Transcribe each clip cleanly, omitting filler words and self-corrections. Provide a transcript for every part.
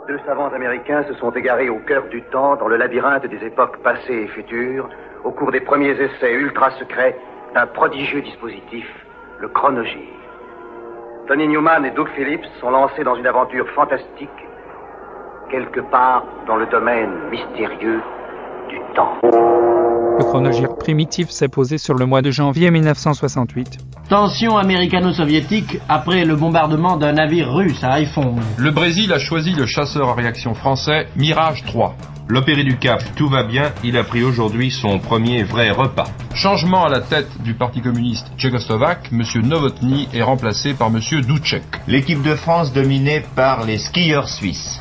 Deux savants américains se sont égarés au cœur du temps, dans le labyrinthe des époques passées et futures, au cours des premiers essais ultra-secrets d'un prodigieux dispositif, le chronogir. Tony Newman et Doug Phillips sont lancés dans une aventure fantastique, quelque part dans le domaine mystérieux du temps. Le chronogir primitif s'est posé sur le mois de janvier 1968. Tension américano-soviétique après le bombardement d'un navire russe à Haiphong. Le Brésil a choisi le chasseur à réaction français Mirage 3. L'opéré du Cap, tout va bien, il a pris aujourd'hui son premier vrai repas. Changement à la tête du Parti communiste tchécoslovaque, M. Novotny est remplacé par M. Douček. L'équipe de France dominée par les skieurs suisses.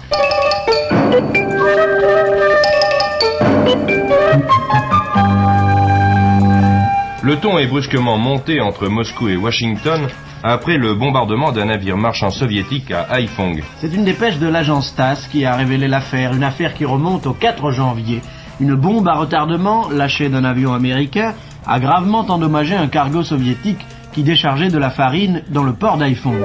Le ton est brusquement monté entre Moscou et Washington après le bombardement d'un navire marchand soviétique à Haiphong. C'est une dépêche de l'agence TASS qui a révélé l'affaire, une affaire qui remonte au 4 janvier. Une bombe à retardement, lâchée d'un avion américain, a gravement endommagé un cargo soviétique qui déchargeait de la farine dans le port d'Haiphong.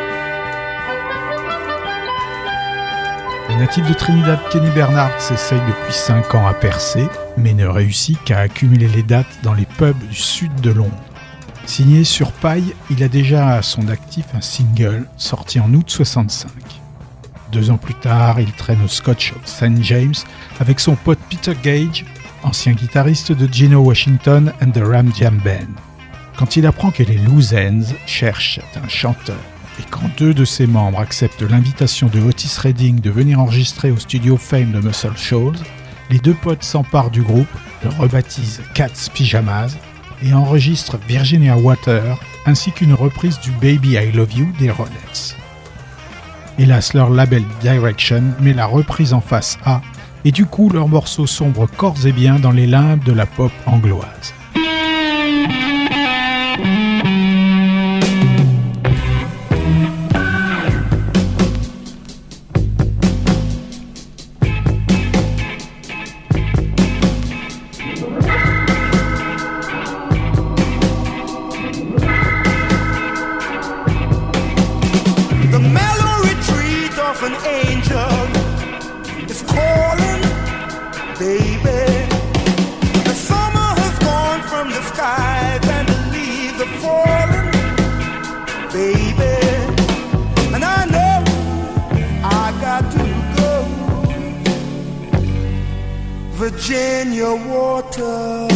Le natif de Trinidad, Kenny Bernard, s'essaye depuis 5 ans à percer, mais ne réussit qu'à accumuler les dates dans les pubs du sud de Londres. Signé sur paille, il a déjà à son actif un single sorti en août 65. 2 ans plus tard, il traîne au Scotch of St. James avec son pote Peter Gage, ancien guitariste de Gino Washington and the Ram Jam Band. Quand il apprend que les Loose Ends cherchent un chanteur, et quand 2 de ses membres acceptent l'invitation de Otis Redding de venir enregistrer au studio Fame de Muscle Shoals, les 2 potes s'emparent du groupe, le rebaptisent Cat's Pyjamas et enregistrent Virginia Water ainsi qu'une reprise du Baby I Love You des Ronettes. Hélas, leur label Direction met la reprise en face A et du coup leur morceau sombre corps et bien dans les limbes de la pop angloise. Virginia Water.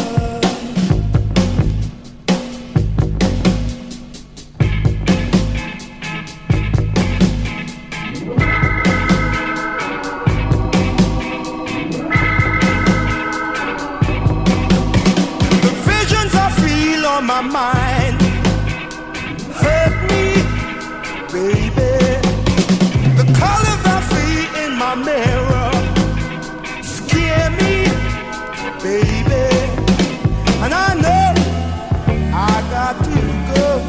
The visions I feel on my mind hurt me, baby. The colors I see in my mirror scare me, baby, and I know I got to go.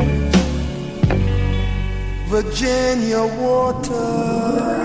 Virginia Water.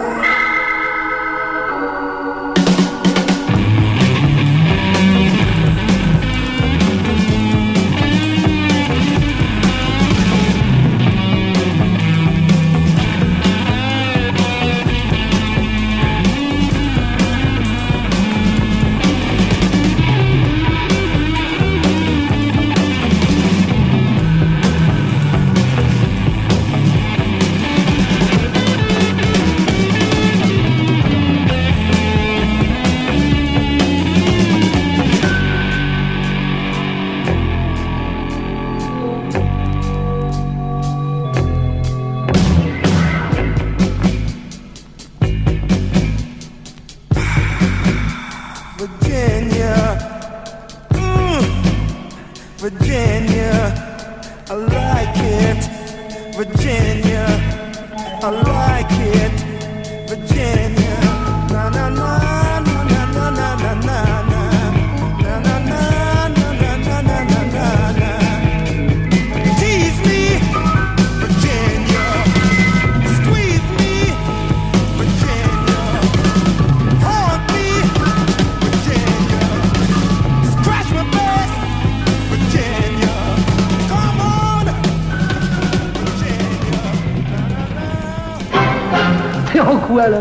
Virginia, I like it. Virginia, I like it. Virginia, na na na na na na na na na na na na na na na na. Tease me, Virginia. Squeeze me, Virginia. Haunt me, Virginia. Scratch my back, Virginia. Come on, Virginia. C'est en quoi là?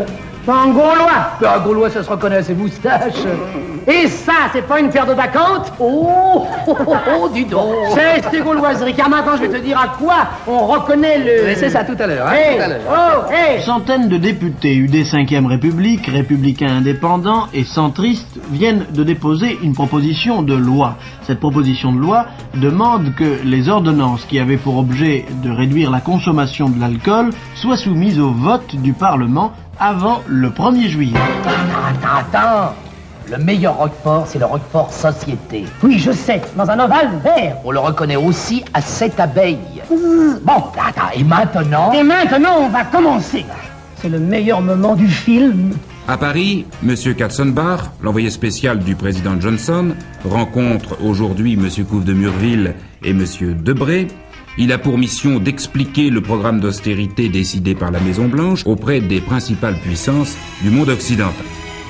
Un Gaulois. Un Gaulois, ça se reconnaît à ses moustaches. Et ça, c'est pas une paire de bacchantes? Oh, dis donc. C'est gauloiserie, car maintenant, je vais te dire à quoi on reconnaît le... Mais c'est ça, tout à l'heure, hein, Hey, tout à l'heure. Centaines de députés UD 5e République, républicains indépendants et centristes viennent de déposer une proposition de loi. Cette proposition de loi demande que les ordonnances qui avaient pour objet de réduire la consommation de l'alcool soient soumises au vote du Parlement avant le 1er juillet. Attends. Le meilleur Roquefort, c'est le Roquefort Société. Oui, je sais, dans un ovale vert. On le reconnaît aussi à 7 abeilles. Bon, attends, et maintenant, on va commencer. C'est le meilleur moment du film. À Paris, M. Katzenbach, l'envoyé spécial du président Johnson, rencontre aujourd'hui M. Couve de Murville et M. Debré. Il a pour mission d'expliquer le programme d'austérité décidé par la Maison-Blanche auprès des principales puissances du monde occidental.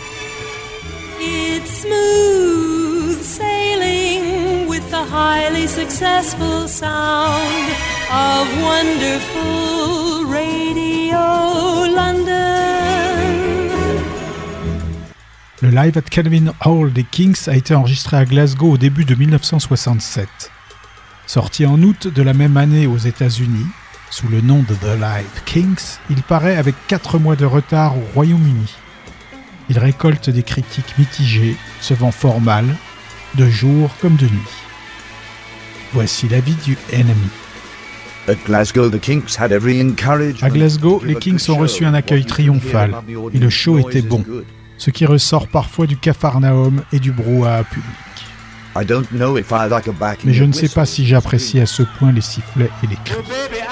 It's smooth sailing with the highly successful sound of wonderful Radio London. Le live at Kelvin Hall des Kings a été enregistré à Glasgow au début de 1967. Sorti en août de la même année aux États-Unis, sous le nom de The Live Kings, il paraît avec 4 mois de retard au Royaume-Uni. Il récolte des critiques mitigées, se vend fort mal, de jour comme de nuit. Voici l'avis du Enemy. À Glasgow, les Kings ont reçu un accueil triomphal, et le show était bon, ce qui ressort parfois du Capharnaüm et du brouhaha public. Mais je ne sais pas si j'apprécie à ce point les sifflets et les cris.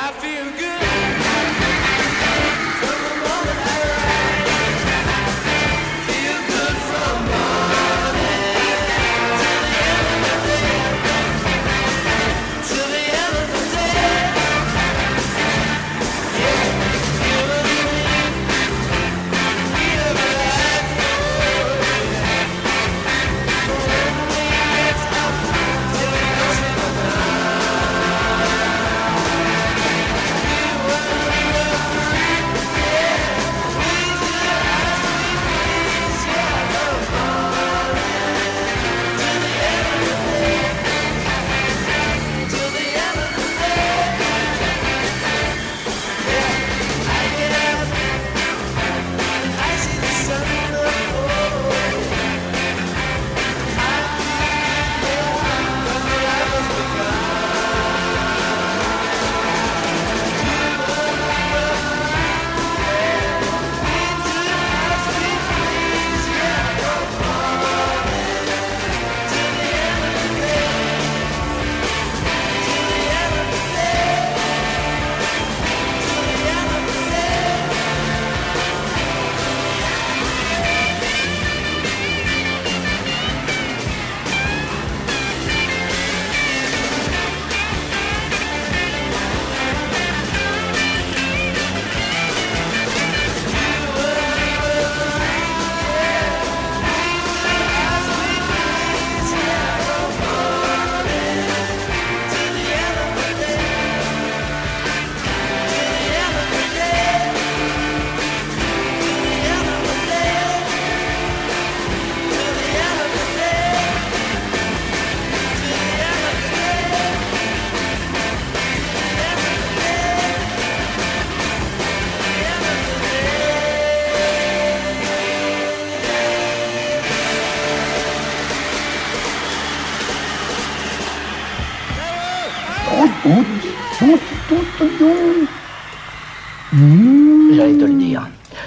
J'allais te le dire.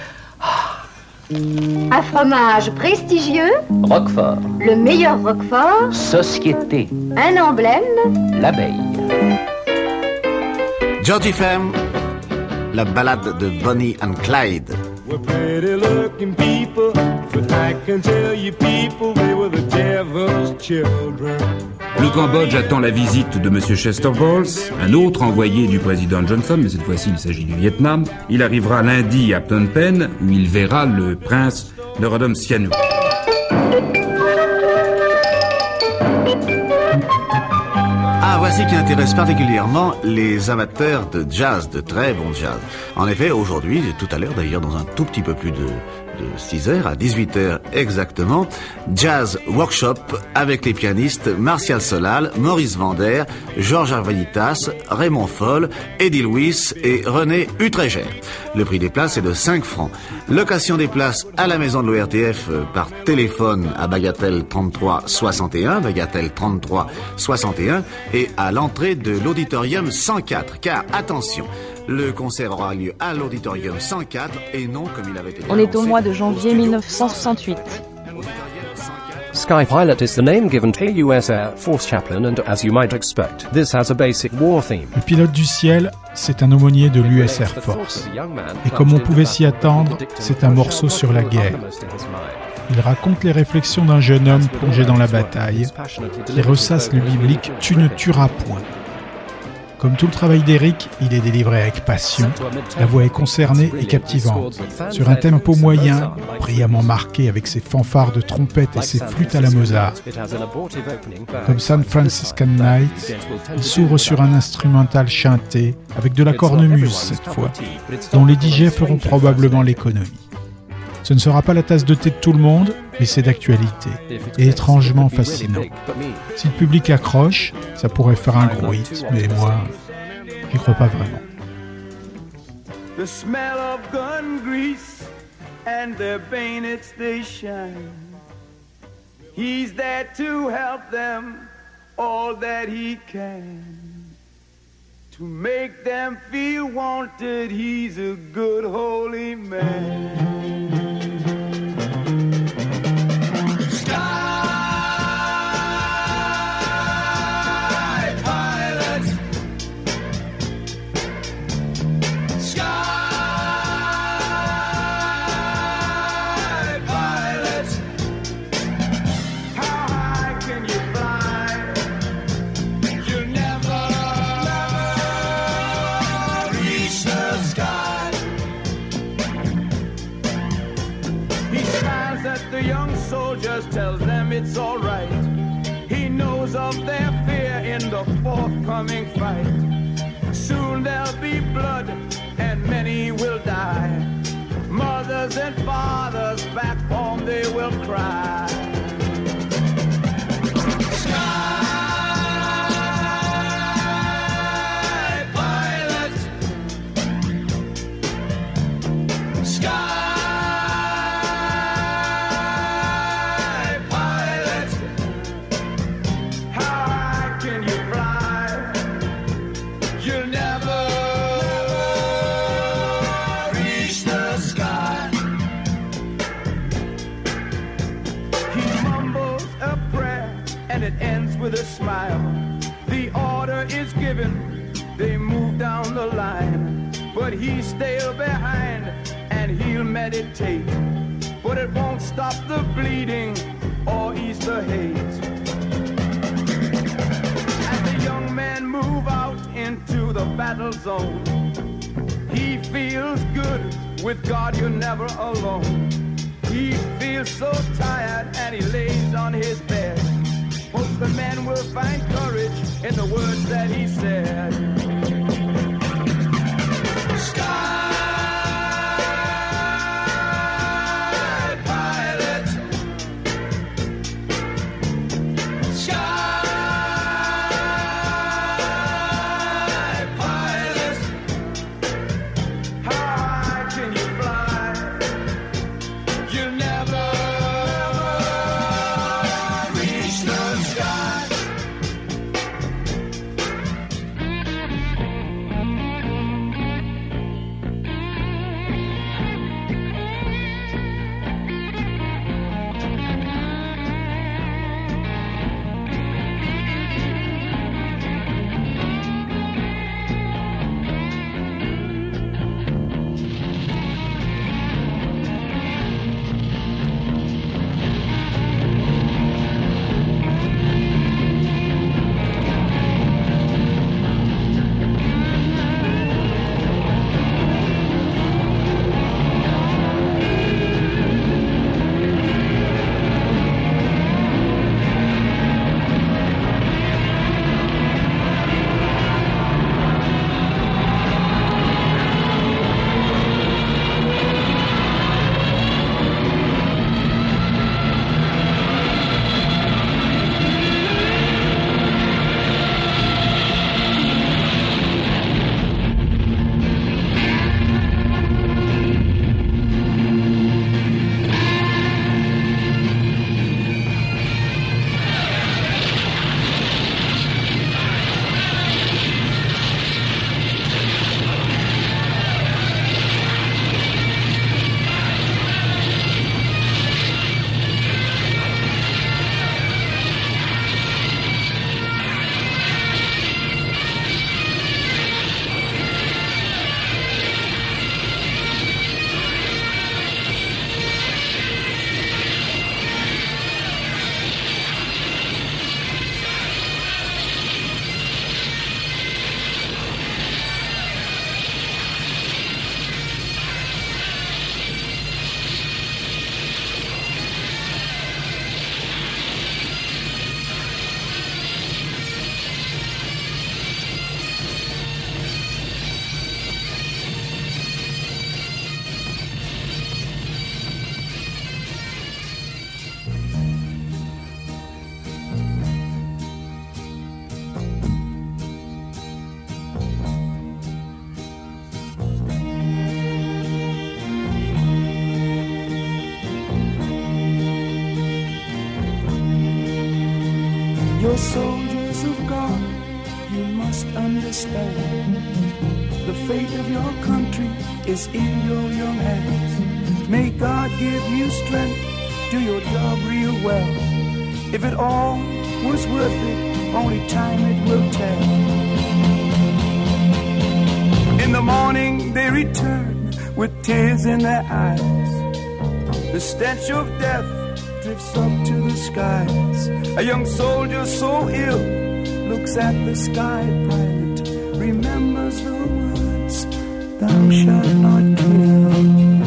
Un fromage prestigieux. Roquefort. Le meilleur Roquefort. Société. Un emblème. L'abeille. Georgie Femme, la ballade de Bonnie and Clyde. We're pretty looking people, but I can tell you people, they were the devil's children. Le Cambodge attend la visite de M. Chester Bowles, un autre envoyé du président Johnson, mais cette fois-ci il s'agit du Vietnam. Il arrivera lundi à Phnom Penh, où il verra le prince Norodom Sihanouk. Ah, voici qui intéresse particulièrement les amateurs de jazz, de très bon jazz. En effet, aujourd'hui, tout à l'heure d'ailleurs, dans un tout petit peu plus de 6h à 18h exactement, Jazz Workshop avec les pianistes Martial Solal, Maurice Vander, Georges Arvanitas, Raymond Foll, Eddie Louis et René Utreger. Le prix des places est de 5 francs. Location des places à la maison de l'ORTF par téléphone à Bagatelle 33 61, Bagatelle 33 61 et à l'entrée de l'auditorium 104. Car attention, le concert aura lieu à l'auditorium 104 et non comme il avait été On est au mois de janvier 1968. Sky Pilot is the name given to a US Air Force chaplain and as you might expect, this has a basic war theme. Le pilote du ciel, c'est un aumônier de l'US Air Force. Et comme on pouvait s'y attendre, c'est un morceau sur la guerre. Il raconte les réflexions d'un jeune homme plongé dans la bataille, qui ressasse le biblique « Tu ne tueras point ». Comme tout le travail d'Eric, il est délivré avec passion, la voix est concernée et captivante. Sur un tempo moyen, brillamment marqué avec ses fanfares de trompette et ses flûtes à la Mozart. Comme San Franciscan Night, il s'ouvre sur un instrumental chanté, avec de la cornemuse cette fois, dont les DJ feront probablement l'économie. Ce ne sera pas la tasse de thé de tout le monde, mais c'est d'actualité, et étrangement fascinant. Si le public accroche, ça pourrait faire un gros hit, mais moi, j'y crois pas vraiment. The smell of gun grease and their bayonets they shine. He's there to help them all that he can. To make them feel wanted, he's a good holy man. Tells them it's all right. He knows of their fear in the forthcoming fight. Soon there'll be blood and many will die. Mothers and fathers back home they will cry. Sky pilot, sky. With a smile, the order is given, they move down the line, but he's still behind and he'll meditate, but it won't stop the bleeding or ease the hate. As the young men move out into the battle zone, he feels good, with God you're never alone. He feels so tired and he lays on his bed. Hopes the men will find courage in the words that he said. Sky pilot, sky pilot, how high can you fly? You'll never reach the sky. You're soldiers of God, you must understand. The fate of your country is in your young hands. May God give you strength, do your job real well. If it all was worth it, only time it will tell. In the morning they return with tears in their eyes. The stench of death drifts up to the skies. A young soldier so ill looks at the sky pilot, remembers the words, thou shalt not kill.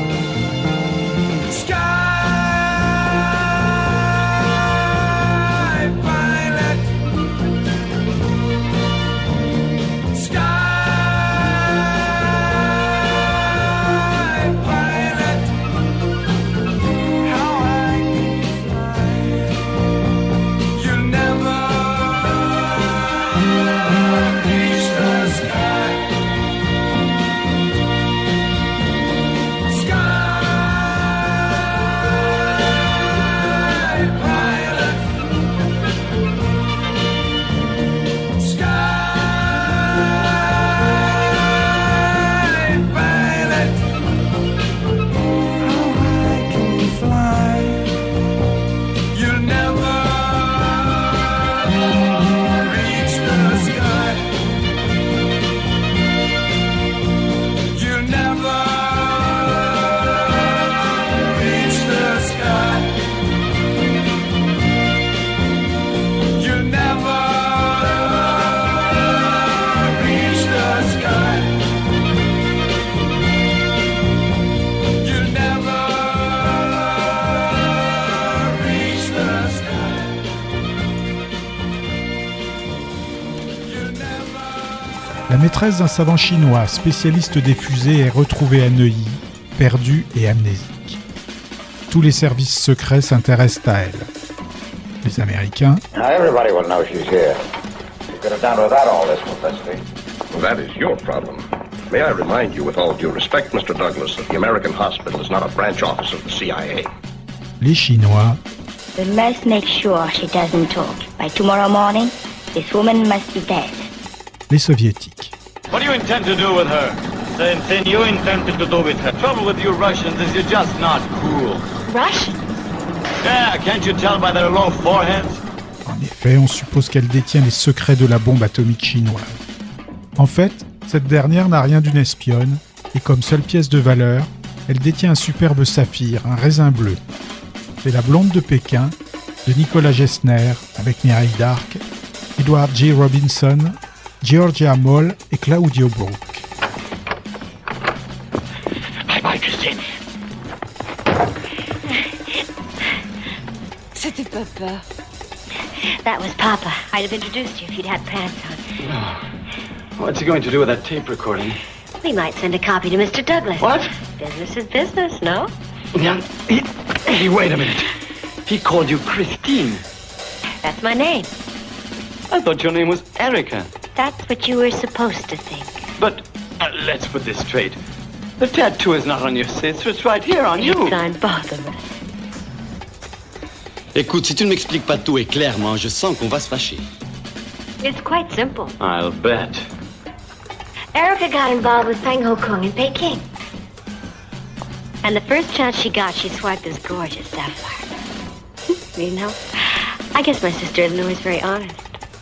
La maîtresse d'un savant chinois, spécialiste des fusées, est retrouvée à Neuilly, perdue et amnésique. Tous les services secrets s'intéressent à elle. Les Américains... Now everybody will know she's here. She could have done without all this publicity. Well, that is your problem. May I remind you, with all due respect, Mr. Douglas, that the American hospital is not a branch office of the CIA. Les Chinois... We must make sure she doesn't talk. By tomorrow morning, this woman must be dead. Les Soviétiques. What do you intend to do with her? Same thing you intended to do with her. Trouble with you Russians is you're just not cool. Russian? Yeah, can't you tell by their low foreheads? En effet, on suppose qu'elle détient les secrets de la bombe atomique chinoise. En fait, cette dernière n'a rien d'une espionne, et comme seule pièce de valeur, elle détient un superbe saphir, un raisin bleu. C'est la blonde de Pékin, de Nicolas Gessner, avec Mireille Darc, Edward J. Robinson, Georgia Moll et Claudio Brook. Bye bye, Christine. C'était Papa. That was Papa. I'd have introduced you if you'd had pants on. Oh. What's he going to do with that tape recording? We might send a copy to Mr. Douglas. What? Business is business, no? Yeah. Hey, wait a minute. He called you Christine. That's my name. I thought your name was Erica. That's what you were supposed to think. But let's put this straight. The tattoo is not on your sister, it's right here on you. It's on both of us. Écoute, si tu ne m'expliques pas tout et clairement, je sens qu'on va se fâcher. It's quite simple. I'll bet. Erica got involved with Feng Ho Kung in Peking. And the first chance she got, she swiped this gorgeous sapphire. You know, I guess my sister Eleanor is very honest.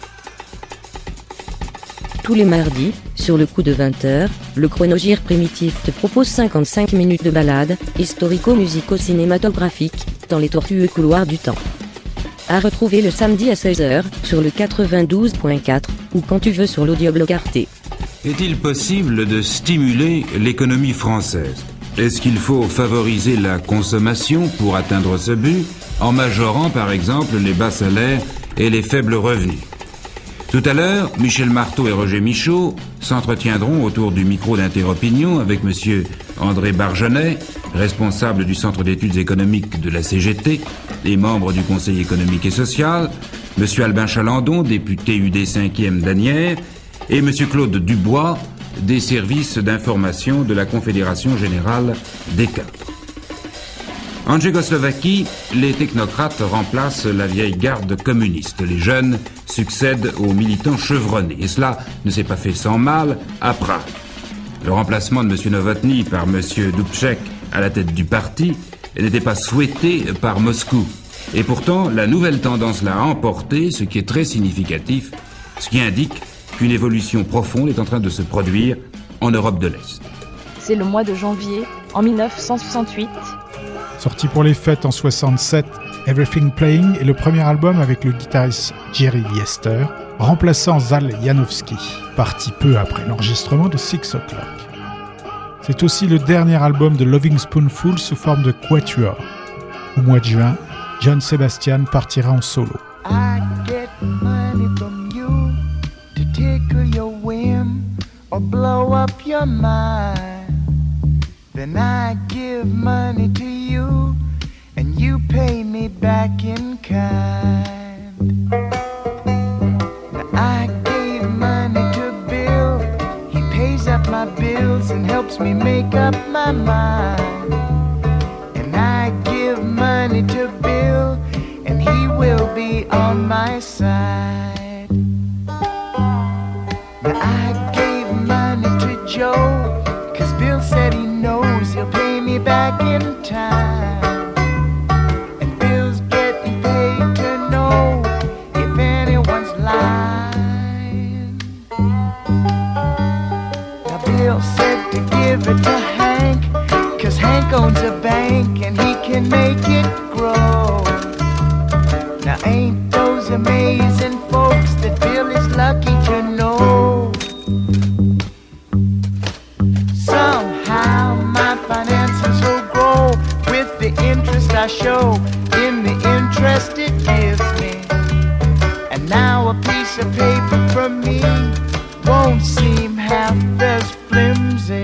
Tous les mardis, sur le coup de 20h, le Chronogir primitif te propose 55 minutes de balade, historico-musico-cinématographique, dans les tortueux couloirs du temps. À retrouver le samedi à 16h, sur le 92.4, ou quand tu veux sur l'audioblog Arte. Est-il possible de stimuler l'économie française ? Est-ce qu'il faut favoriser la consommation pour atteindre ce but, en majorant par exemple les bas salaires et les faibles revenus ? Tout à l'heure, Michel Marteau et Roger Michaud s'entretiendront autour du micro d'Interopinion avec monsieur André Bargenet, responsable du Centre d'études économiques de la CGT et membre du Conseil économique et social, monsieur Albin Chalandon, député UD 5e d'Asnières, et monsieur Claude Dubois, des services d'information de la Confédération Générale des Cadres. En Tchécoslovaquie, les technocrates remplacent la vieille garde communiste. Les jeunes succèdent aux militants chevronnés. Et cela ne s'est pas fait sans mal à Prague. Le remplacement de M. Novotny par M. Dubček à la tête du parti n'était pas souhaité par Moscou. Et pourtant, la nouvelle tendance l'a emporté, ce qui est très significatif, ce qui indique qu'une évolution profonde est en train de se produire en Europe de l'Est. C'est le mois de janvier, en 1968. Sorti pour les fêtes en 67, Everything Playing est le premier album avec le guitariste Jerry Yester, remplaçant Zal Janowski, parti peu après l'enregistrement de 6 O'Clock. C'est aussi le dernier album de Loving Spoonful sous forme de quatuor. Au mois de juin, John Sebastian partira en solo. I get money from you to tickle your whim or blow up your mind. Then I give money to you and you pay me back in kind. Now I gave money to Bill, he pays up my bills and helps me make up my mind. And I give money to Bill and he will be on my side. Now I gave money to Joe, 'cause Bill said he knows he'll pay me back in time. And Bill's getting paid to know if anyone's lying. Now Bill said to give it to Hank, 'cause Hank owns a bank and he can make it grow. Now ain't those amazing folks that Bill is lucky to know? Somehow my finances will grow with the interest I show in the interest it gives me. And now a piece of paper from me won't seem half as flimsy.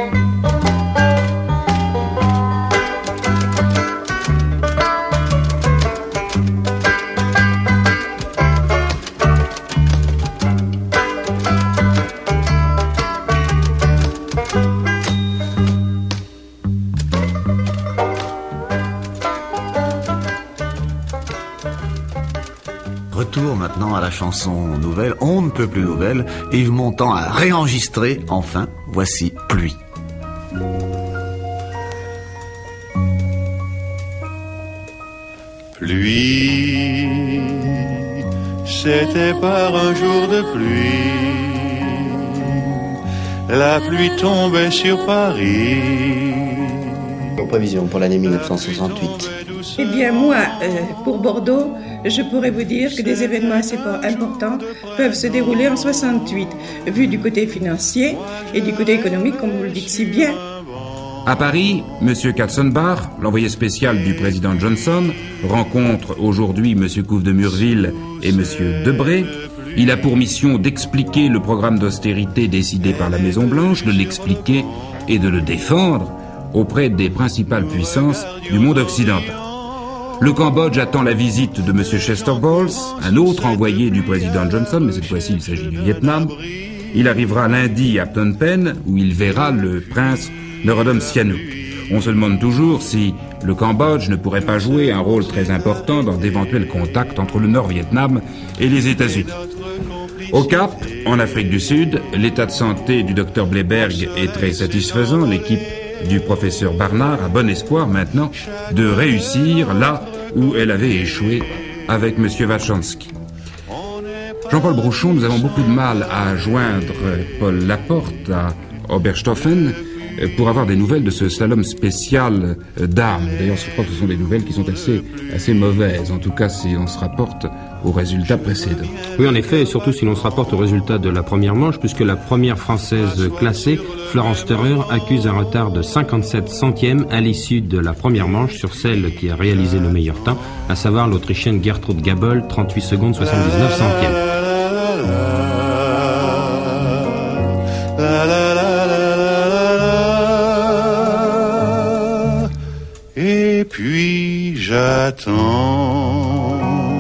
Retour maintenant à la chanson nouvelle, on ne peut plus nouvelle. Yves Montand a réenregistré, enfin, voici Pluie. Pluie, c'était par un jour de pluie, la pluie tombait sur Paris. Nos prévisions pour l'année 1968. Eh bien moi, pour Bordeaux, je pourrais vous dire que des événements assez importants peuvent se dérouler en 68, vu du côté financier et du côté économique, comme vous le dites si bien. À Paris, M. Katzenbach, l'envoyé spécial du président Johnson, rencontre aujourd'hui M. Couve de Murville et M. Debré. Il a pour mission d'expliquer le programme d'austérité décidé par la Maison-Blanche, de l'expliquer et de le défendre auprès des principales puissances du monde occidental. Le Cambodge attend la visite de M. Chester Bowles, un autre envoyé du président Johnson, mais cette fois-ci il s'agit du Vietnam. Il arrivera lundi à Phnom Penh, où il verra le prince Norodom Sihanouk. On se demande toujours si le Cambodge ne pourrait pas jouer un rôle très important dans d'éventuels contacts entre le Nord-Vietnam et les États-Unis. Au Cap, en Afrique du Sud, l'état de santé du docteur Bleiberg est très satisfaisant. L'équipe du professeur Barnard a bon espoir maintenant de réussir là où elle avait échoué avec M. Walchanski. Jean-Paul Brouchon, nous avons beaucoup de mal à joindre Paul Laporte à Obersthofen pour avoir des nouvelles de ce slalom spécial d'armes. D'ailleurs, je crois que ce sont des nouvelles qui sont assez mauvaises, en tout cas si on se rapporte aux résultats précédents. Oui, en effet, et surtout si l'on se rapporte aux résultats de la première manche, puisque la première française classée, Florence Terrer, accuse un retard de 57 centièmes à l'issue de la première manche sur celle qui a réalisé le meilleur temps, à savoir l'Autrichienne Gertrud Gabel, 38 secondes 79 centièmes. Et puis j'attends.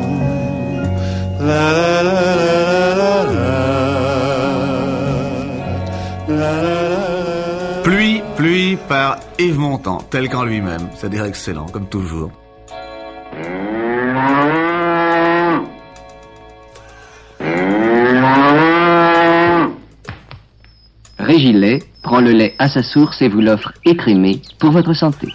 La la la la la la. Pluie, pluie par Yves Montand, tel qu'en lui-même, c'est-à-dire excellent, comme toujours. Régilet prend le lait à sa source et vous l'offre écrémé pour votre santé.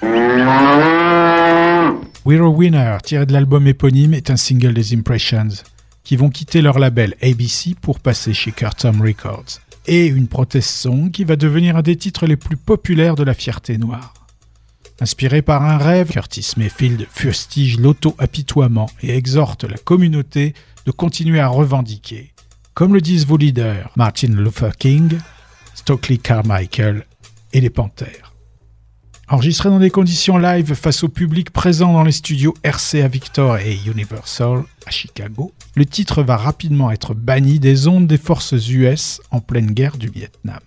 We're a Winner, tiré de l'album éponyme, est un single des Impressions, qui vont quitter leur label ABC pour passer chez Curtom Records, et une protest song qui va devenir un des titres les plus populaires de la fierté noire. Inspiré par un rêve, Curtis Mayfield fustige l'auto-apitoiement et exhorte la communauté de continuer à revendiquer, comme le disent vos leaders Martin Luther King, Stokely Carmichael et les Panthères. Enregistré dans des conditions live face au public présent dans les studios RCA Victor et Universal à Chicago, le titre va rapidement être banni des ondes des forces US en pleine guerre du Vietnam.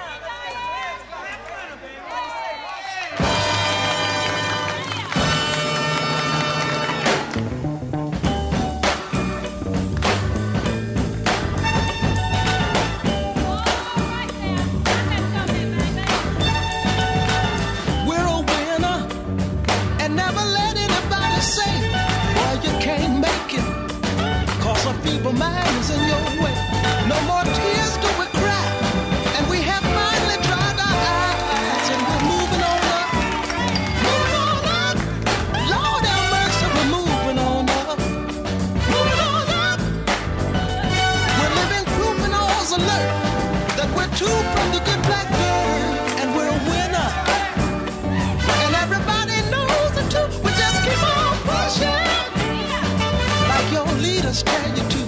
Minds in your way. No more tears do we cry, and we have finally dried our eyes, and we're moving on up, moving on up. Lord have mercy, we're moving on up, moving on up. We're living proof and all's alert that we're two from the good black bird, and we're a winner, and everybody knows it too. We just keep on pushing, like your leaders tell you to.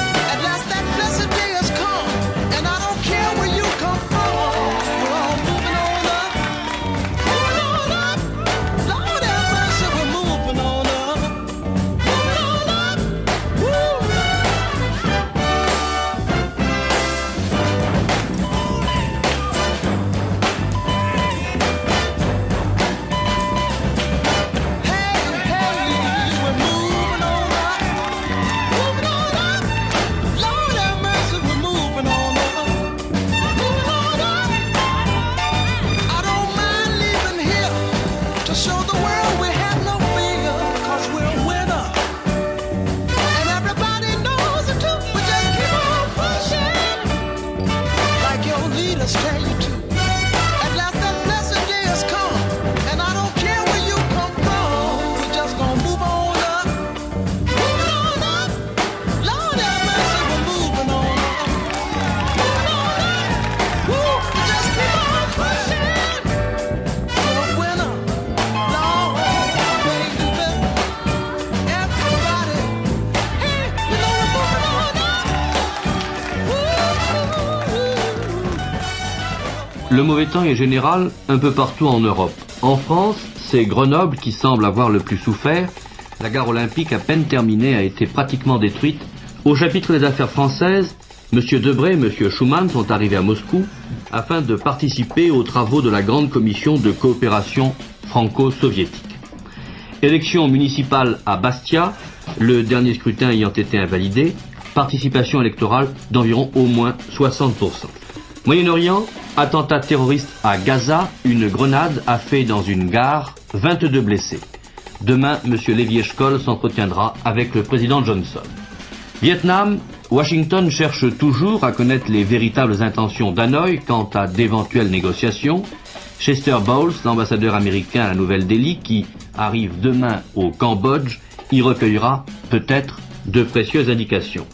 Le mauvais temps est général un peu partout en Europe. En France, c'est Grenoble qui semble avoir le plus souffert. La gare olympique, à peine terminée, a été pratiquement détruite. Au chapitre des affaires françaises, M. Debré et M. Schuman sont arrivés à Moscou afin de participer aux travaux de la grande commission de coopération franco-soviétique. Élection municipale à Bastia, le dernier scrutin ayant été invalidé, participation électorale d'environ au moins 60%. Moyen-Orient, attentat terroriste à Gaza, une grenade a fait dans une gare 22 blessés. Demain, M. Lévy-Eshkol s'entretiendra avec le président Johnson. Vietnam, Washington cherche toujours à connaître les véritables intentions d'Hanoï quant à d'éventuelles négociations. Chester Bowles, l'ambassadeur américain à la Nouvelle-Delhi, qui arrive demain au Cambodge, y recueillera peut-être de précieuses indications.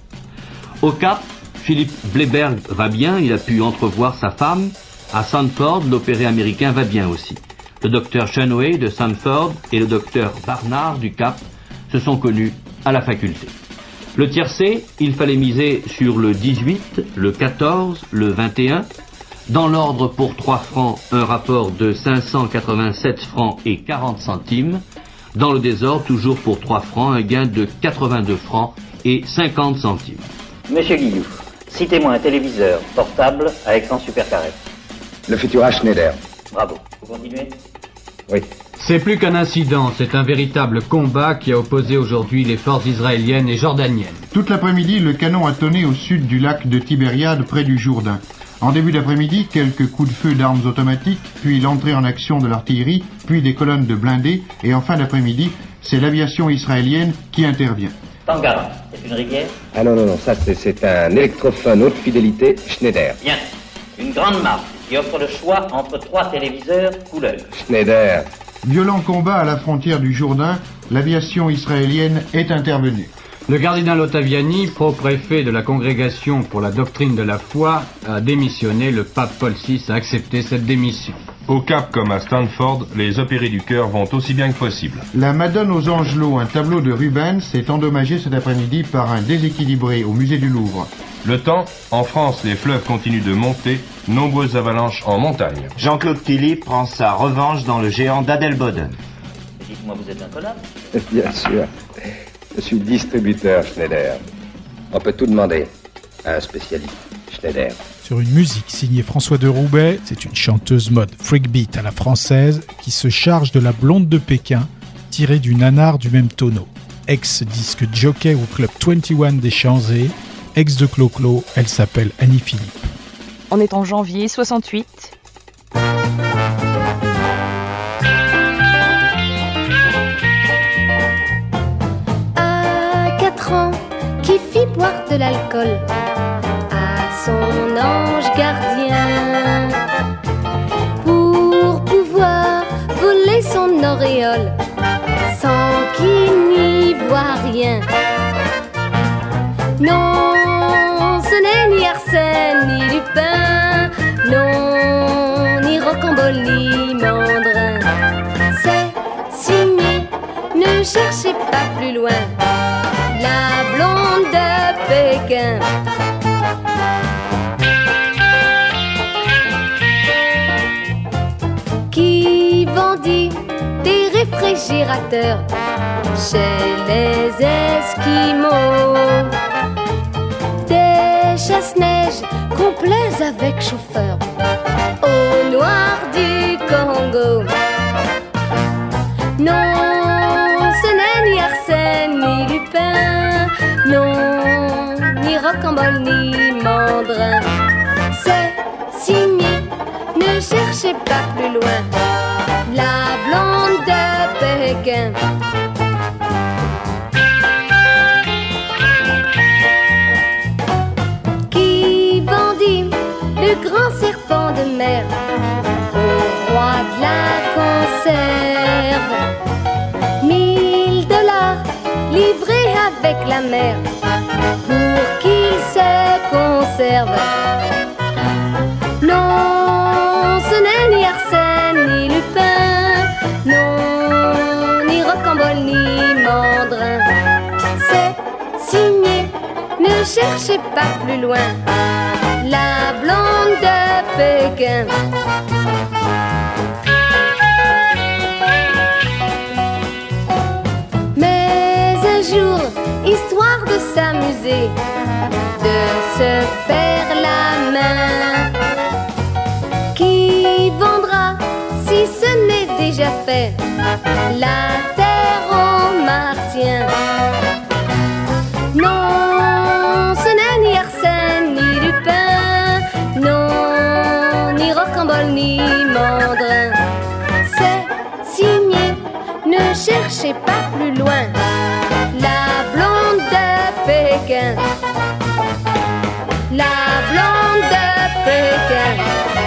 Au Cap, Philippe Bleberg va bien, il a pu entrevoir sa femme. À Sanford, l'opéré américain va bien aussi. Le docteur Chenoway de Sanford et le docteur Barnard du Cap se sont connus à la faculté. Le tiercé, il fallait miser sur le 18, le 14, le 21. Dans l'ordre pour 3 francs, un rapport de 587 francs et 40 centimes. Dans le désordre, toujours pour 3 francs, un gain de 82 francs et 50 centimes. Monsieur Guillou, citez-moi un téléviseur portable à écran supercarré. Le Futura Schneider. Bravo. Vous continuez ? Oui. C'est plus qu'un incident, c'est un véritable combat qui a opposé aujourd'hui les forces israéliennes et jordaniennes. Toute l'après-midi, le canon a tonné au sud du lac de Tibériade, près du Jourdain. En début d'après-midi, quelques coups de feu d'armes automatiques, puis l'entrée en action de l'artillerie, puis des colonnes de blindés, et en fin d'après-midi, c'est l'aviation israélienne qui intervient. Tangaran, c'est une rivière? Ah non, ça c'est un électrophone haute fidélité Schneider. Bien. Une grande marque qui offre le choix entre 3 téléviseurs couleur. Schneider. Violent combat à la frontière du Jourdain, l'aviation israélienne est intervenue. Le cardinal Ottaviani, pro-préfet de la Congrégation pour la doctrine de la foi, a démissionné. Le pape Paul VI a accepté cette démission. Au Cap comme à Stanford, les opérés du cœur vont aussi bien que possible. La Madone aux Angelots, un tableau de Rubens, est endommagé cet après-midi par un déséquilibré au musée du Louvre. Le temps, en France, les fleuves continuent de monter, nombreuses avalanches en montagne. Jean-Claude Killy prend sa revanche dans le géant d'Adelboden. Dites-moi, vous êtes un collab? Bien sûr. Je suis distributeur Schneider. On peut tout demander à un spécialiste Schneider. Sur une musique signée François de Roubaix, c'est une chanteuse mode freakbeat à la française qui se charge de la blonde de Pékin, tirée du nanar du même tonneau. Ex-disque jockey au club 21 des Champs-Élysées, ex de Clo-Clo, elle s'appelle Annie Philippe. On est en janvier 68. À 4 ans, qui fit boire de l'alcool à son ange gardien pour pouvoir voler son auréole sans qu'il n'y voie rien. Non, ce n'est ni Arsène ni Lupin, non, ni Rocambole ni Mandrin. C'est signé, ne cherchez pas plus loin, la blonde de Pékin. Qui vendit des réfrigérateurs chez les Esquimaux, des chasse-neige complets avec chauffeur au noir du Congo. Non, ce n'est ni Arsène ni Lupin, non, ni Rocambole ni Mandrin. C'est signé, ne cherchez pas plus loin, la blonde de Pékin. Qui vendit le grand serpent de mer au roi de la conserve, 1000 $ livrés avec la mer pour qu'il se conserve. Non, ce n'est ni Arsène ni Lupin, non, ni Rocambole ni Mandrin. C'est signé, ne cherchez pas plus loin, la blonde de Pékin. Mais un jour, histoire de s'amuser, de se faire la main, qui vendra, si ce n'est déjà fait, la terre aux martiens? Non, ce n'est ni Arsène ni Lupin, non, ni Rocambole ni Mandrin. C'est signé, ne cherchez pas plus loin, la blonde de Pékin. La blonde de Pékin.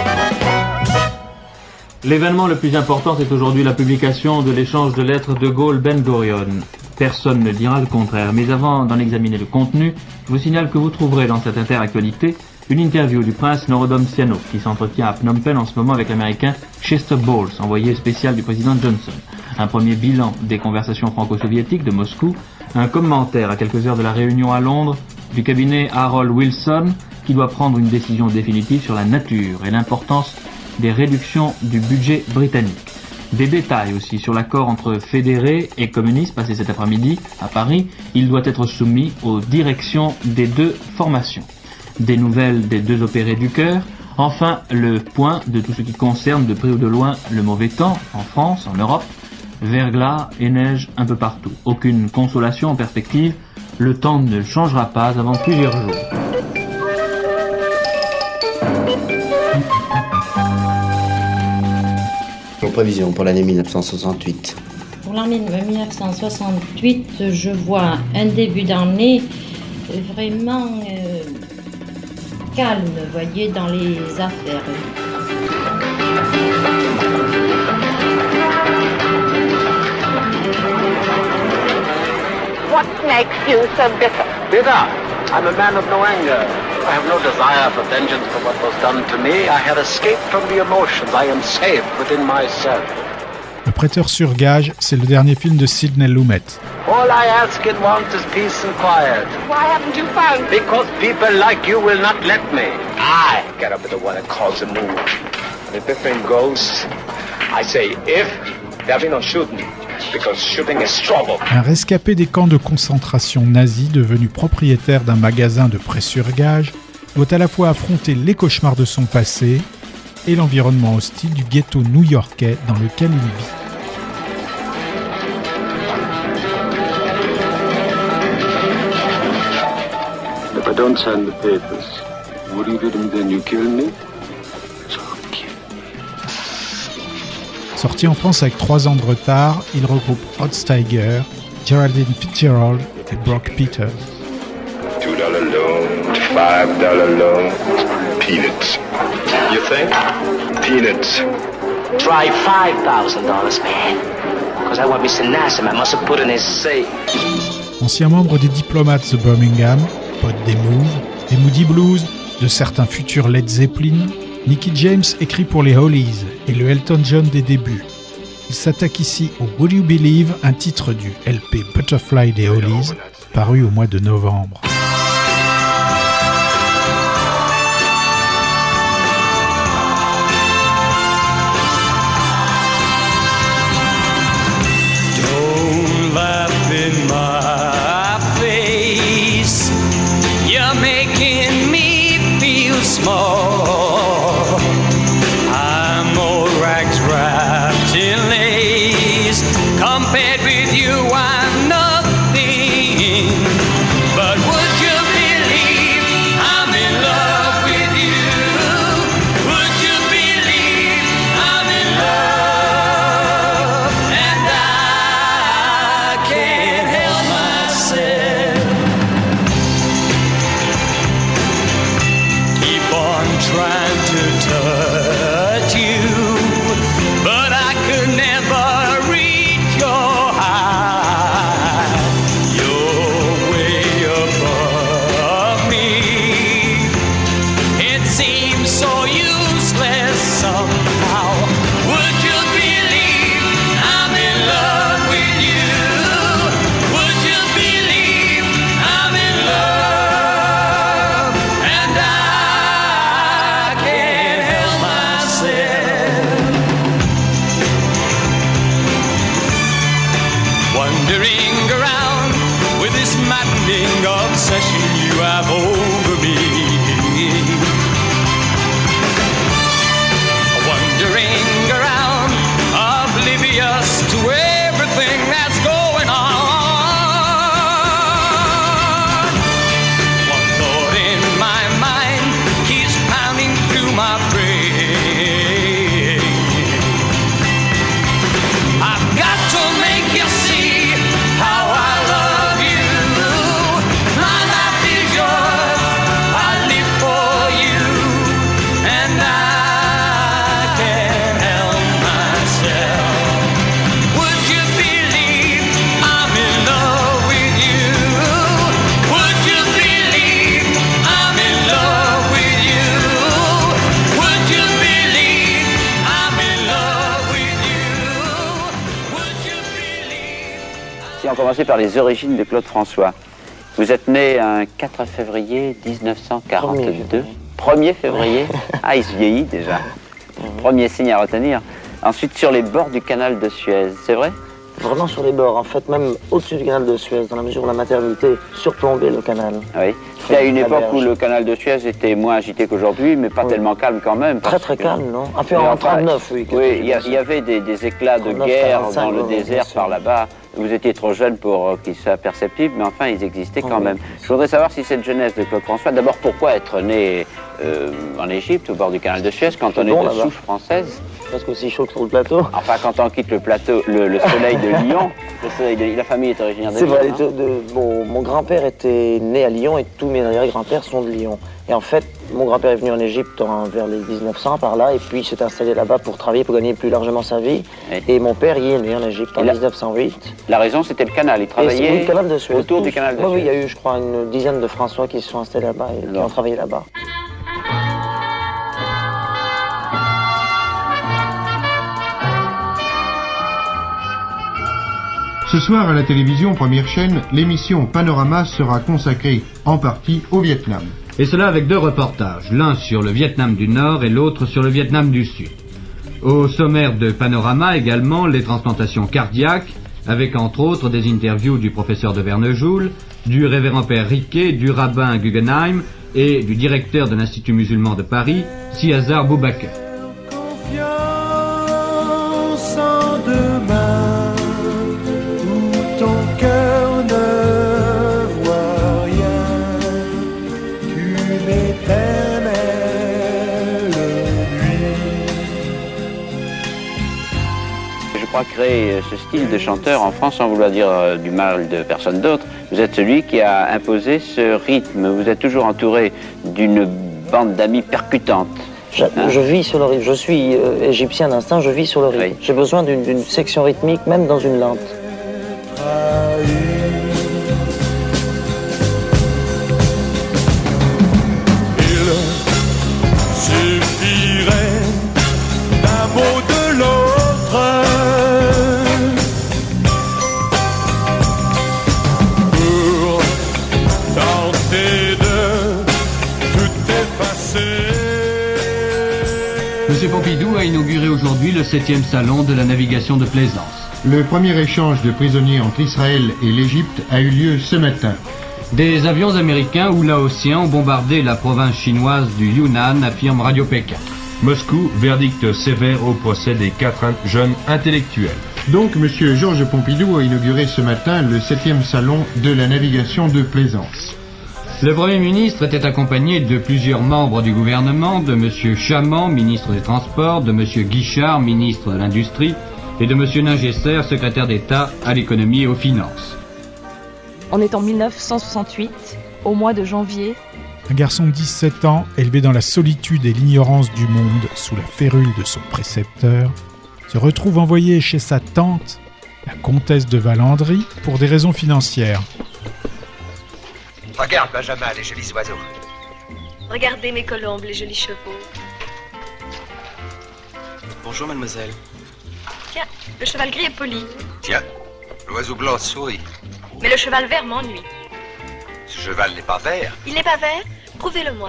L'événement le plus important, c'est aujourd'hui la publication de l'échange de lettres de Gaulle-Ben Gurion. Personne ne dira le contraire, mais avant d'en examiner le contenu, je vous signale que vous trouverez dans cette interactualité une interview du prince Norodom Sihanouk qui s'entretient à Phnom Penh en ce moment avec l'américain Chester Bowles, envoyé spécial du président Johnson. Un premier bilan des conversations franco-soviétiques de Moscou, un commentaire à quelques heures de la réunion à Londres du cabinet Harold Wilson qui doit prendre une décision définitive sur la nature et l'importance des réductions du budget britannique. Des détails aussi sur l'accord entre fédérés et communistes passé cet après-midi à Paris. Il doit être soumis aux directions des deux formations. Des nouvelles des deux opérés du cœur. Enfin, le point de tout ce qui concerne de près ou de loin le mauvais temps en France, en Europe. Verglas et neige un peu partout. Aucune consolation en perspective. Le temps ne changera pas avant plusieurs jours. Vos prévisions pour l'année 1968. Pour l'année 1968, je vois un début d'année vraiment calme, vous voyez, dans les affaires. What makes you so bitter? Bitter? I'm a man of no anger. I have no desire for vengeance for what was done to me. I have escaped from the emotions. I am safe within myself. Le prêteur sur gage, c'est le dernier film de Sidney Lumet. All I ask and want is peace and quiet. Why haven't you found me? Because people like you will not let me. I get up with the one that calls a move. And if the thing goes, I say if, there be no shooting. Because shooting is trouble. Un rescapé des camps de concentration nazis devenu propriétaire d'un magasin de prêt-sur-gage doit à la fois affronter les cauchemars de son passé et l'environnement hostile du ghetto new-yorkais dans lequel il vit. If I don't sign the papers, what do you do to me then? You kill me? Sorti en France avec 3 ans de retard, il regroupe Rod Steiger, Geraldine Fitzgerald et Brock Peters. $2 loan, $5 loan, peanuts. You think? Peanuts. Try $5,000, man. Because I want Mr. Nassim. I must have put in his safe. Ancien membre des Diplomates de Birmingham, pote des Moves, des Moody Blues, de certains futurs Led Zeppelin, Nicky James écrit pour les Hollies et le Elton John des débuts. Il s'attaque ici au Would You Believe, un titre du LP Butterfly des Hollies, paru au mois de novembre. Don't laugh in my face. You're making me feel small. I'm all rags wrapped in lace. Compared with you, I'm nothing. But would you believe I'm in love with you? Would you believe I'm in love? And I can't help myself. Keep on trying to touch you, but I could never reach your high. You're way above me. It seems so useless somehow. Would you believe I'm in love with you? Would you believe I'm in love? And I can't help myself. Wandering around with this maddening obsession you have over me. Wandering around, oblivious to everything that's going on. One thought in my mind keeps pounding through my brain. I've got to make you see how I love you. My life is yours, I live for you, and I can't help myself. Would you believe I'm in love with you? Would you believe I'm in love with you? Would you believe I'm in love with you? Would you believe? Si on commençait par les origines de Claude François. Vous êtes né un 4 février 1942. 1er février. Ah, il se vieillit déjà. Premier signe à retenir. Ensuite, sur les bords du canal de Suez, c'est vrai? Vraiment sur les bords, en fait, même au-dessus du canal de Suez, dans la mesure où la maternité surplombait le canal. Oui. Il y a une époque où le canal de Suez était moins agité qu'aujourd'hui, mais pas tellement calme quand même. Très calme, non? Enfin, en 39, oui. Oui, il y avait des éclats de 39, guerre 45, dans le désert par là-bas. Vous étiez trop jeune pour qu'ils soient perceptibles, mais enfin, ils existaient quand même. Je voudrais savoir si cette jeunesse de Claude François, d'abord, pourquoi être né en Égypte, au bord du canal de Suez, quand on est de souche française? presque aussi chaud que sur le plateau. Enfin, quand on quitte le plateau, le soleil de Lyon, la famille est originaire de Lyon. C'est vrai, mon grand-père était né à Lyon et tous mes arrière-grands-pères sont de Lyon. Et en fait, mon grand-père est venu en Égypte vers les 1900 par là, et puis il s'est installé là-bas pour travailler, pour gagner plus largement sa vie. Oui. Et mon père y est né en Égypte en 1908. La raison, c'était le canal. Il travaillait le canal de Suez. Autour du canal de Suez. Oui, il y a eu, je crois, une dizaine de François qui se sont installés là-bas et qui ont travaillé là-bas. Ce soir à la télévision Première Chaîne, l'émission Panorama sera consacrée en partie au Vietnam. Et cela avec 2 reportages, l'un sur le Vietnam du Nord et l'autre sur le Vietnam du Sud. Au sommaire de Panorama également, les transplantations cardiaques, avec entre autres des interviews du professeur de Vernejoul, du révérend père Riquet, du rabbin Guggenheim et du directeur de l'Institut musulman de Paris, Siazar Boubaker. Confiance en demain, où ton cœur ne voit rien, qu'une éternelle nuit. Je crois créer ce style de chanteur en France sans vouloir dire du mal de personne d'autre. Vous êtes celui qui a imposé ce rythme. Vous êtes toujours entouré d'une bande d'amis percutante. Je vis sur le rythme. Je suis égyptien d'instinct, je vis sur le rythme. Oui. J'ai besoin d'une section rythmique, même dans une lente. Il suffirait d'un mot de l'autre pour tenter de tout effacer. M. Pompidou a inauguré aujourd'hui le 7e salon de la navigation de plaisance. Le premier échange de prisonniers entre Israël et l'Égypte a eu lieu ce matin. Des avions américains ou laotiens ont bombardé la province chinoise du Yunnan, affirme Radio Pékin. Moscou, verdict sévère au procès des 4 jeunes intellectuels. Donc, M. Georges Pompidou a inauguré ce matin le 7e salon de la navigation de plaisance. Le Premier ministre était accompagné de plusieurs membres du gouvernement, de M. Chaman, ministre des Transports, de M. Guichard, ministre de l'Industrie, et de M. Ningesser, secrétaire d'État à l'économie et aux finances. On est en 1968, au mois de janvier. Un garçon de 17 ans, élevé dans la solitude et l'ignorance du monde, sous la férule de son précepteur, se retrouve envoyé chez sa tante, la comtesse de Valandry, pour des raisons financières. Regarde, Benjamin, les jolis oiseaux. Regardez mes colombes, les jolis chevaux. Bonjour, mademoiselle. Tiens, le cheval gris est poli. Tiens, l'oiseau blanc sourit. Mais le cheval vert m'ennuie. Ce cheval n'est pas vert. Il n'est pas vert? Prouvez-le-moi.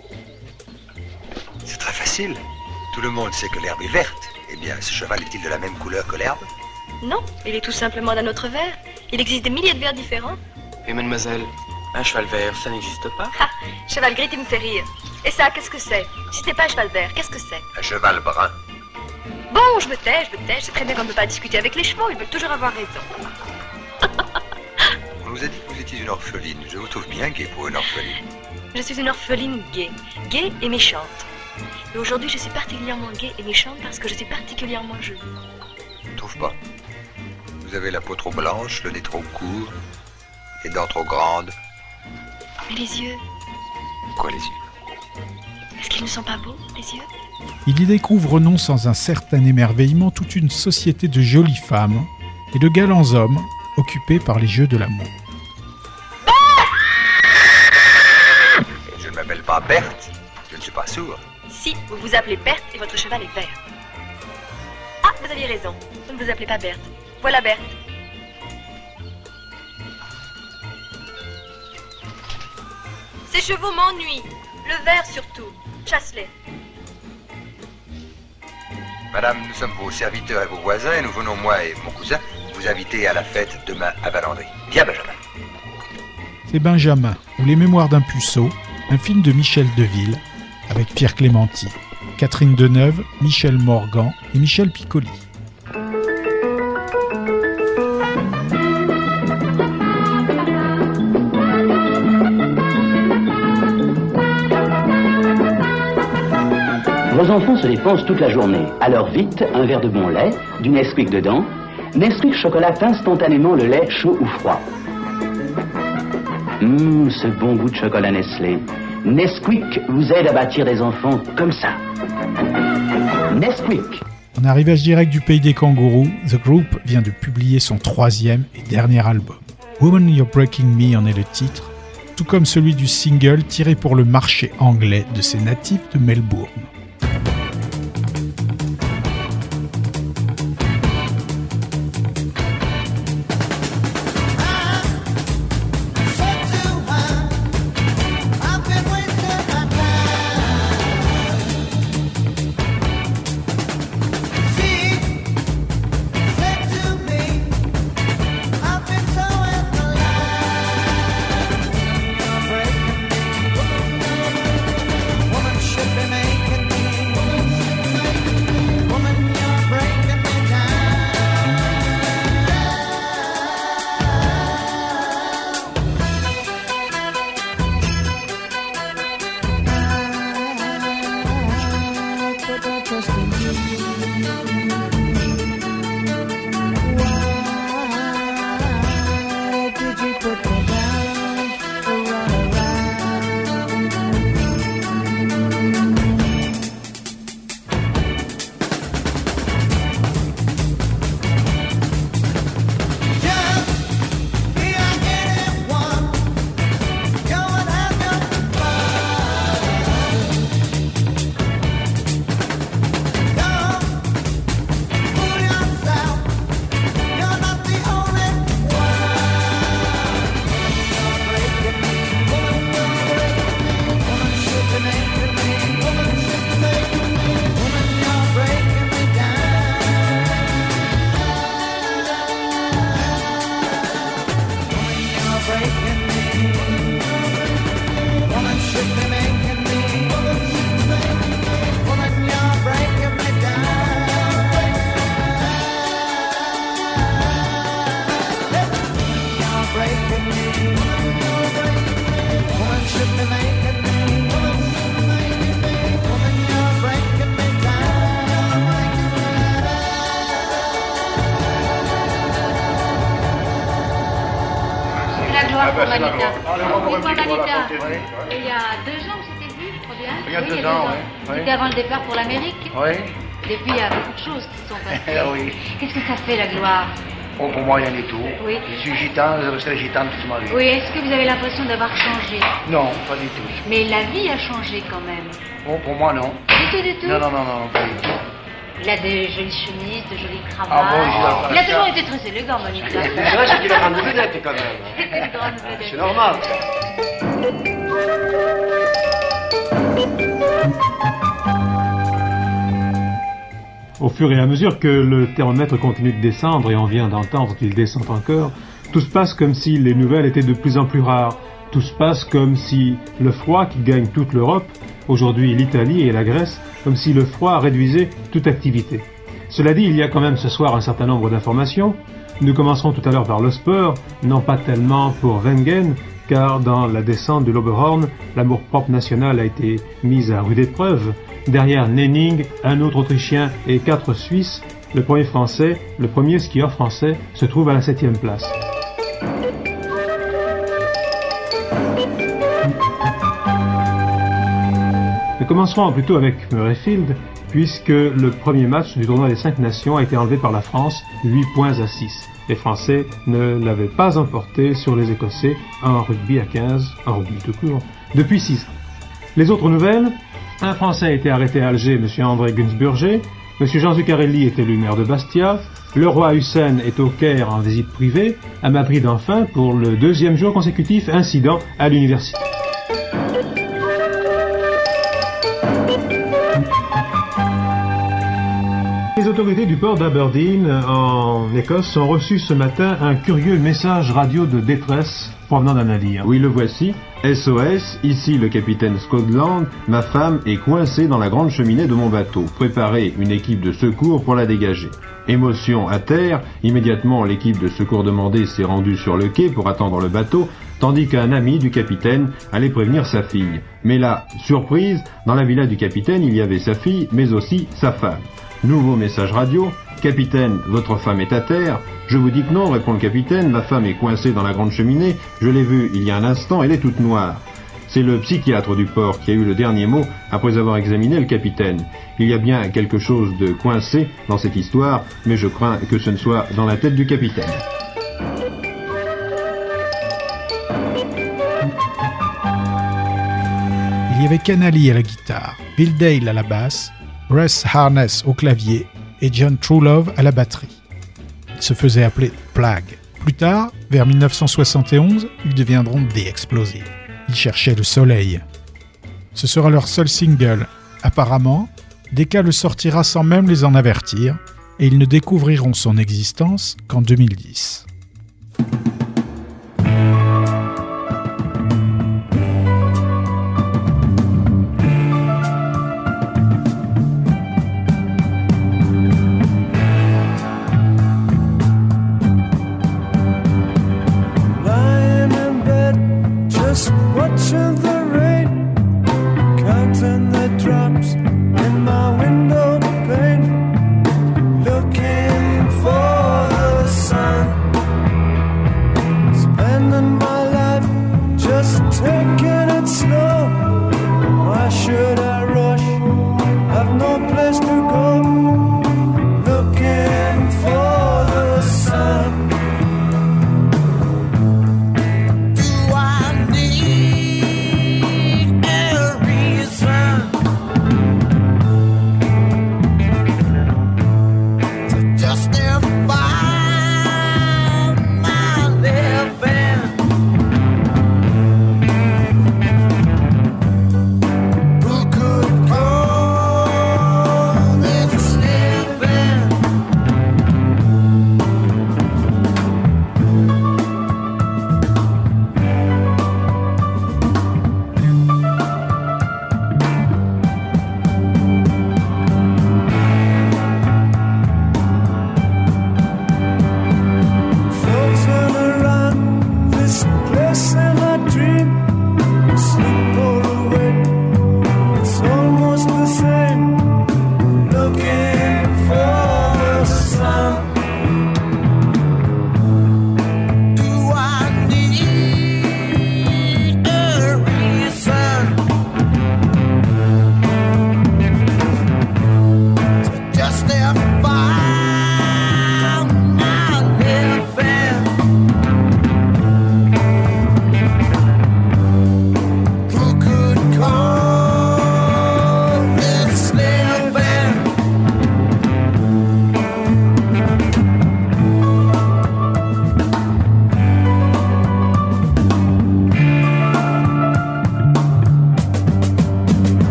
C'est très facile. Tout le monde sait que l'herbe est verte. Eh bien, ce cheval est-il de la même couleur que l'herbe? Non, il est tout simplement d'un autre vert. Il existe des milliers de verts différents. Et mademoiselle, un cheval vert, ça n'existe pas? Ah, cheval gris, tu me fais rire. Et ça, qu'est-ce que c'est? Si c'était pas un cheval vert, qu'est-ce que c'est? Un cheval brun. Bon, je me tais. Je sais très bien qu'on ne peut pas discuter avec les chevaux, ils veulent toujours avoir raison. On vous a dit que vous étiez une orpheline. Je vous trouve bien gaie pour une orpheline. Je suis une orpheline gaie et méchante. Et aujourd'hui, je suis particulièrement gaie et méchante parce que je suis particulièrement jolie. Je ne trouve pas. Vous avez la peau trop blanche, le nez trop court, les dents trop grandes. Mais les yeux? Quoi, les yeux? Est-ce qu'ils ne sont pas beaux, les yeux? Il y découvre non sans un certain émerveillement toute une société de jolies femmes et de galants hommes occupés par les jeux de l'amour. Je ne m'appelle pas Berthe, je ne suis pas sourd. Si, vous vous appelez Berthe et votre cheval est vert. Ah, vous aviez raison, vous ne vous appelez pas Berthe. Voilà Berthe. Ces chevaux m'ennuient, le vert surtout. Chasse-les. Madame, nous sommes vos serviteurs et vos voisins et nous venons, moi et mon cousin, vous inviter à la fête demain à Valandry. Viens, Benjamin. C'est Benjamin, ou Les Mémoires d'un puceau, un film de Michel Deville, avec Pierre Clémenti, Catherine Deneuve, Michel Morgan et Michel Piccoli. Vos enfants se dépensent toute la journée. Alors vite, un verre de bon lait, du Nesquik dedans. Nesquik chocolate instantanément le lait chaud ou froid. Ce bon goût de chocolat Nestlé. Nesquik vous aide à bâtir des enfants comme ça. Nesquik. En arrivage direct du pays des kangourous, The Group vient de publier son 3e et dernier album. Woman You're Breaking Me en est le titre, tout comme celui du single tiré pour le marché anglais de ses natifs de Melbourne. Il y a 2 ans, c'était vu, trop bien. Il y a 2 ans, oui. C'était avant le départ pour l'Amérique. Oui. Depuis, il y a beaucoup de choses qui sont passées. Oui. Qu'est-ce que ça fait, la gloire? Oh, pour moi, rien du tout. Oui. Je suis gitan, je resterai gitan toute ma vie. Oui, est-ce que vous avez l'impression d'avoir changé? Non, pas du tout. Mais la vie a changé quand même. Oh, pour moi, non. Du tout? Non, pas du tout. Il a des jolies chemises, de jolies cravates. Ah bon, il a toujours été très élégant, Monica. C'est vrai, c'est qu'il a grande vedette quand même. C'était une grande vedette. C'est normal. Au fur et à mesure que le thermomètre continue de descendre, et on vient d'entendre qu'il descend encore, tout se passe comme si les nouvelles étaient de plus en plus rares. Tout se passe comme si le froid qui gagne toute l'Europe, aujourd'hui l'Italie et la Grèce, comme si le froid réduisait toute activité. Cela dit, il y a quand même ce soir un certain nombre d'informations. Nous commencerons tout à l'heure par le sport, non pas tellement pour Wengen, car dans la descente de l'Oberhorn, l'amour-propre national a été mis à rude épreuve. Derrière Nenning, un autre Autrichien et 4 Suisses, le premier skieur français, se trouve à la 7e place. Nous commencerons plutôt avec Murrayfield, puisque le premier match du tournoi des 5 nations a été enlevé par la France, 8 points à 6. Les Français ne l'avaient pas emporté sur les Écossais en rugby à 15, en rugby tout court, depuis 6 ans. Les autres nouvelles, un Français a été arrêté à Alger, M. André Gunsburger, M. Jean Zuccarelli est élu maire de Bastia, le roi Hussein est au Caire en visite privée, à Madrid enfin pour le 2e jour consécutif, incident à l'université. Les autorités du port d'Aberdeen, en Écosse, ont reçu ce matin un curieux message radio de détresse provenant d'un navire. Oui, le voici. SOS, ici le capitaine Scotland, ma femme est coincée dans la grande cheminée de mon bateau. Préparez une équipe de secours pour la dégager. Émotion à terre, immédiatement l'équipe de secours demandée s'est rendue sur le quai pour attendre le bateau, tandis qu'un ami du capitaine allait prévenir sa fille. Mais là, surprise, dans la villa du capitaine, il y avait sa fille, mais aussi sa femme. Nouveau message radio. Capitaine, votre femme est à terre. Je vous dis que non, répond le capitaine, ma femme est coincée dans la grande cheminée, je l'ai vue il y a un instant, elle est toute noire. C'est le psychiatre du port qui a eu le dernier mot après avoir examiné le capitaine. Il y a bien quelque chose de coincé dans cette histoire, mais je crains que ce ne soit dans la tête du capitaine. Il y avait Canali à la guitare, Bill Dale à la basse, Russ Harness au clavier et John Truelove à la batterie. Ils se faisaient appeler Plague. Plus tard, vers 1971, ils deviendront The Explosives. Ils cherchaient le soleil. Ce sera leur seul single. Apparemment, Decca le sortira sans même les en avertir, et ils ne découvriront son existence qu'en 2010.